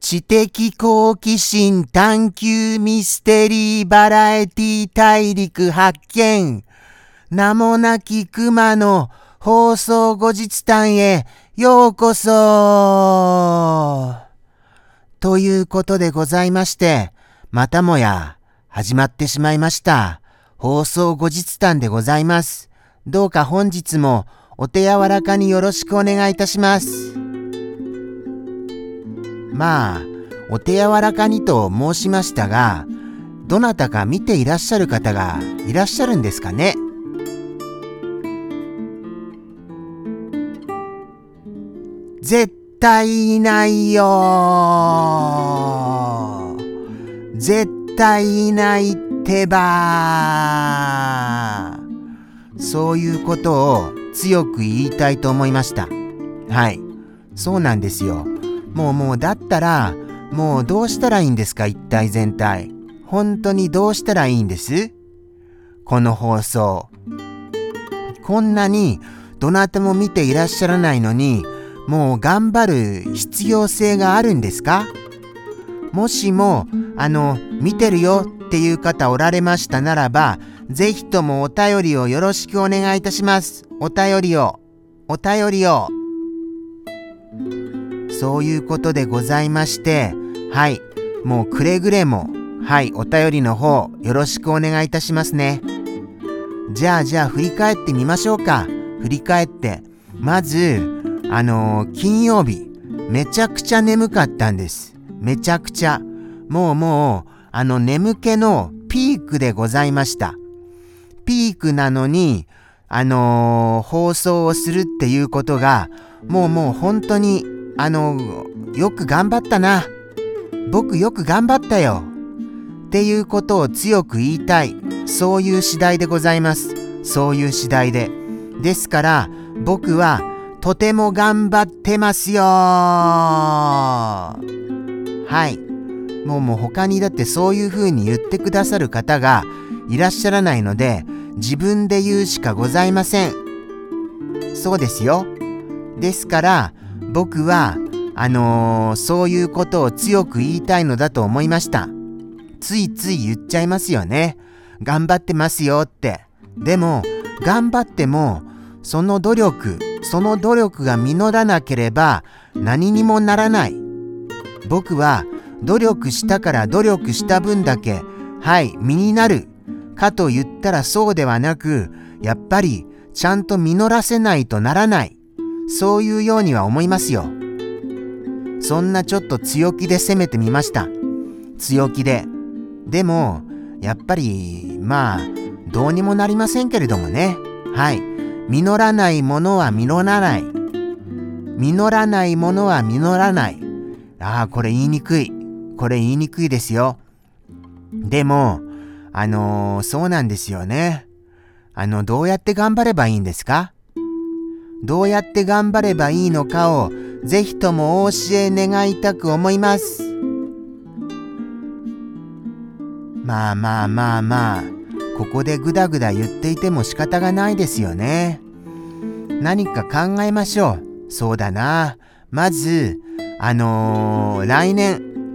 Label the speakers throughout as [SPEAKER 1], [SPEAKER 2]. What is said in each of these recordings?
[SPEAKER 1] 知的好奇心探求ミステリーバラエティ大陸発見。名もなき熊の放送後日談へようこそ。ということでございまして、またもや始まってしまいました。放送後日談でございます。どうか本日もお手柔らかによろしくお願いいたします。まあ、お手柔らかにと申しましたが、どなたか見ていらっしゃる方がいらっしゃるんですかね。絶対いないよ。絶対いないってば。そういうことを強く言いたいと思いました。はい、そうなんですよ。もうだったら、もうどうしたらいいんですか、一体全体。本当にどうしたらいいんです？この放送。こんなにどなたも見ていらっしゃらないのに、もう頑張る必要性があるんですか？もしも、見てるよっていう方おられましたならば、ぜひともお便りをよろしくお願いいたします。お便りを。そういうことでございまして、はい、もうくれぐれも、はい、お便りの方、よろしくお願いいたしますね。じゃあ振り返ってみましょうか。振り返って。まず、金曜日、めちゃくちゃ眠かったんです。めちゃくちゃ。もう、眠気のピークでございました。ピークなのに、放送をするっていうことが、もう本当に、よく頑張ったな。僕よく頑張ったよ。っていうことを強く言いたい。そういう次第でございます。そういう次第で。ですから、僕はとても頑張ってますよ。はい。もう他にだってそういう風に言ってくださる方がいらっしゃらないので、自分で言うしかございません。そうですよ。ですから、僕は、そういうことを強く言いたいのだと思いました。ついつい言っちゃいますよね。頑張ってますよって。でも、頑張っても、その努力が実らなければ何にもならない。僕は、努力したから努力した分だけ、はい、実になる。かと言ったらそうではなく、やっぱり、ちゃんと実らせないとならない。そういうようには思いますよ。そんなちょっと強気で攻めてみました。強気で。でも、やっぱり、どうにもなりませんけれどもね。はい。実らないものは実らない。実らないものは実らない。これ言いにくい。これ言いにくいですよ。でも、そうなんですよね。どうやって頑張ればいいんですか？どうやって頑張ればいいのかをぜひともお教え願いたく思います。まあここでぐだぐだ言っていても仕方がないですよね。何か考えましょう。そうだな。まず来年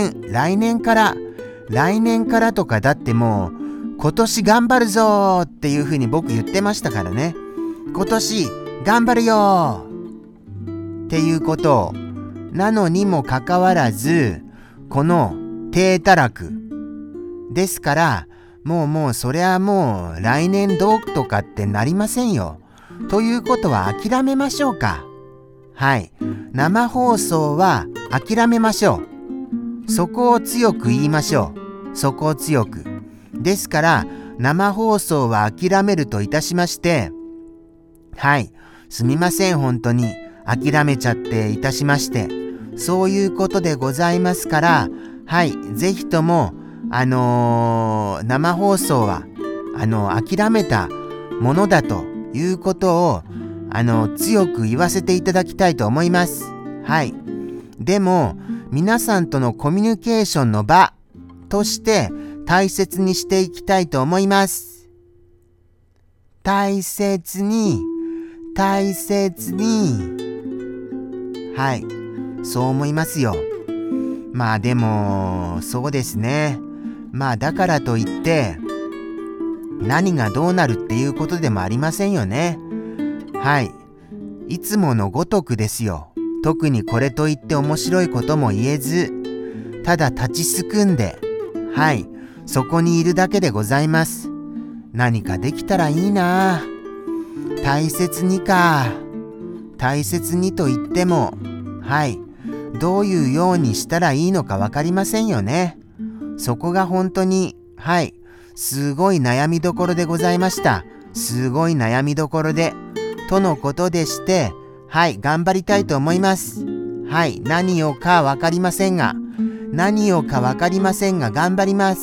[SPEAKER 1] からとかだってもう今年頑張るぞっていう風に僕言ってましたからね。今年頑張るよっていうことなのにもかかわらず、この低たらくですから、もうそれはもう来年どうとかってなりませんよ。ということは諦めましょうか。はい、生放送は諦めましょう。そこを強く言いましょう。そこを強く。ですから生放送は諦めるといたしまして、はい、すみません、本当に諦めちゃっていたしまして、そういうことでございますから、はい、ぜひとも生放送は諦めたものだということを強く言わせていただきたいと思います。はい。でも皆さんとのコミュニケーションの場として大切にしていきたいと思います。大切に。はい、そう思いますよ。 まあでも、そうですね。まあだからといって、何がどうなるっていうことでもありませんよね。はい。いつものごとくですよ。特にこれといって面白いことも言えず、ただ立ちすくんで、はい、そこにいるだけでございます。何かできたらいいな。大切にか。大切にと言っても、はい、どういうようにしたらいいのかわかりませんよね。そこが本当に、はい、すごい悩みどころでございました。すごい悩みどころで、とのことでして、はい、頑張りたいと思います。はい、何をかわかりませんが頑張ります。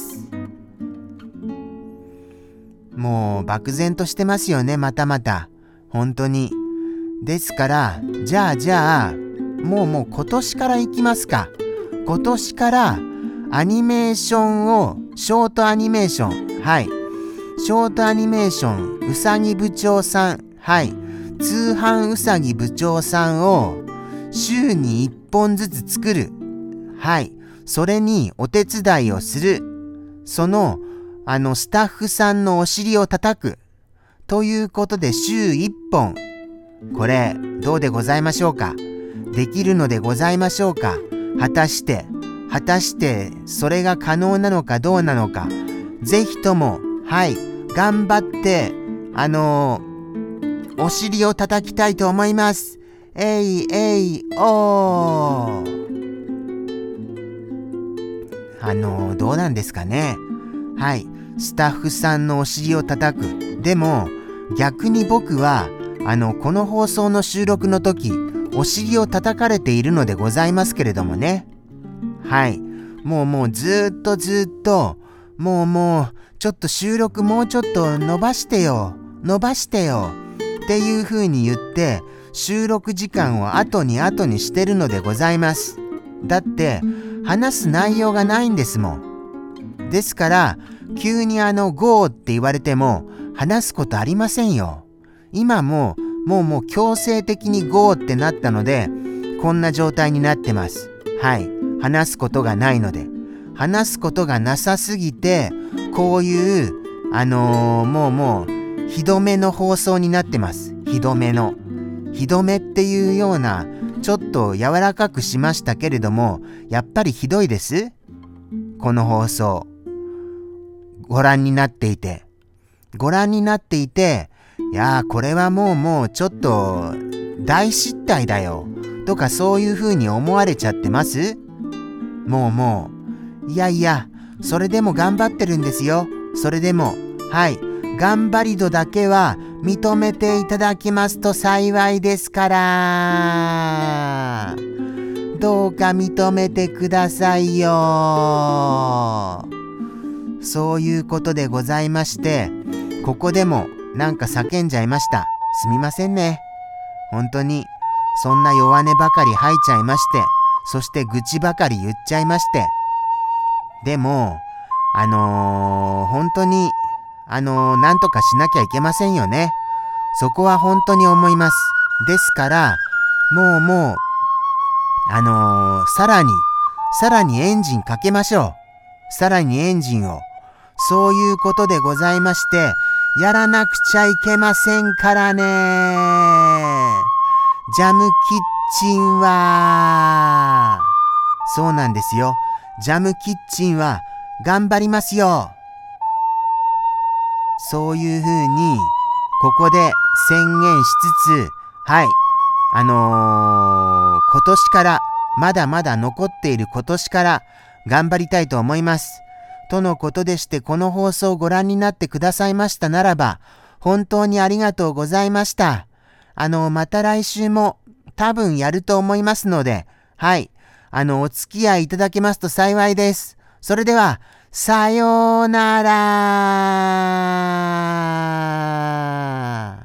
[SPEAKER 1] もう漠然としてますよね、またまた。本当に。ですから、じゃあ、もう今年から行きますか。今年からアニメーションを、ショートアニメーション、はい。ショートアニメーション、うさぎ部長さん、はい。通販うさぎ部長さんを週に1本ずつ作る。はい。それにお手伝いをする。その、スタッフさんのお尻を叩く。ということで週1本。これ、どうでございましょうか。できるのでございましょうか。果たして、それが可能なのかどうなのか。ぜひとも、はい、頑張って、お尻を叩きたいと思います。えいえいおー。どうなんですかね。はい。スタッフさんのお尻を叩く。でも、逆に僕は、この放送の収録の時、お尻を叩かれているのでございますけれどもね。はい。もうずっと、もう、ちょっと収録もうちょっと伸ばしてよ。っていう風に言って、収録時間を後にしてるのでございます。だって、話す内容がないんですもん。ですから、急にGO って言われても、話すことありませんよ。今もう強制的に GO ってなったので、こんな状態になってます。はい。話すことがないので。話すことがなさすぎて、こういう、もう、ひどめの放送になってます。ひどめっていうような、ちょっと柔らかくしましたけれども、やっぱりひどいです。この放送。ご覧になっていて、いやーこれはもうちょっと大失態だよとかそういう風に思われちゃってます？もういやそれでも頑張ってるんですよ。それでもはい頑張り度だけは認めていただきますと幸いですから、どうか認めてくださいよ。そういうことでございまして、ここでもなんか叫んじゃいました。すみませんね。本当にそんな弱音ばかり吐いちゃいまして、そして愚痴ばかり言っちゃいまして、でも本当になんとかしなきゃいけませんよね。そこは本当に思います。ですからもうさらにエンジンかけましょう。さらにエンジンを。そういうことでございまして、やらなくちゃいけませんからね。ジャムキッチンは、そうなんですよ。ジャムキッチンは頑張りますよ。そういうふうに、ここで宣言しつつ、はい。今年から、まだまだ残っている今年から頑張りたいと思います。とのことでして、この放送をご覧になってくださいましたならば、本当にありがとうございました。また来週も多分やると思いますので、はい。お付き合いいただけますと幸いです。それでは、さようなら。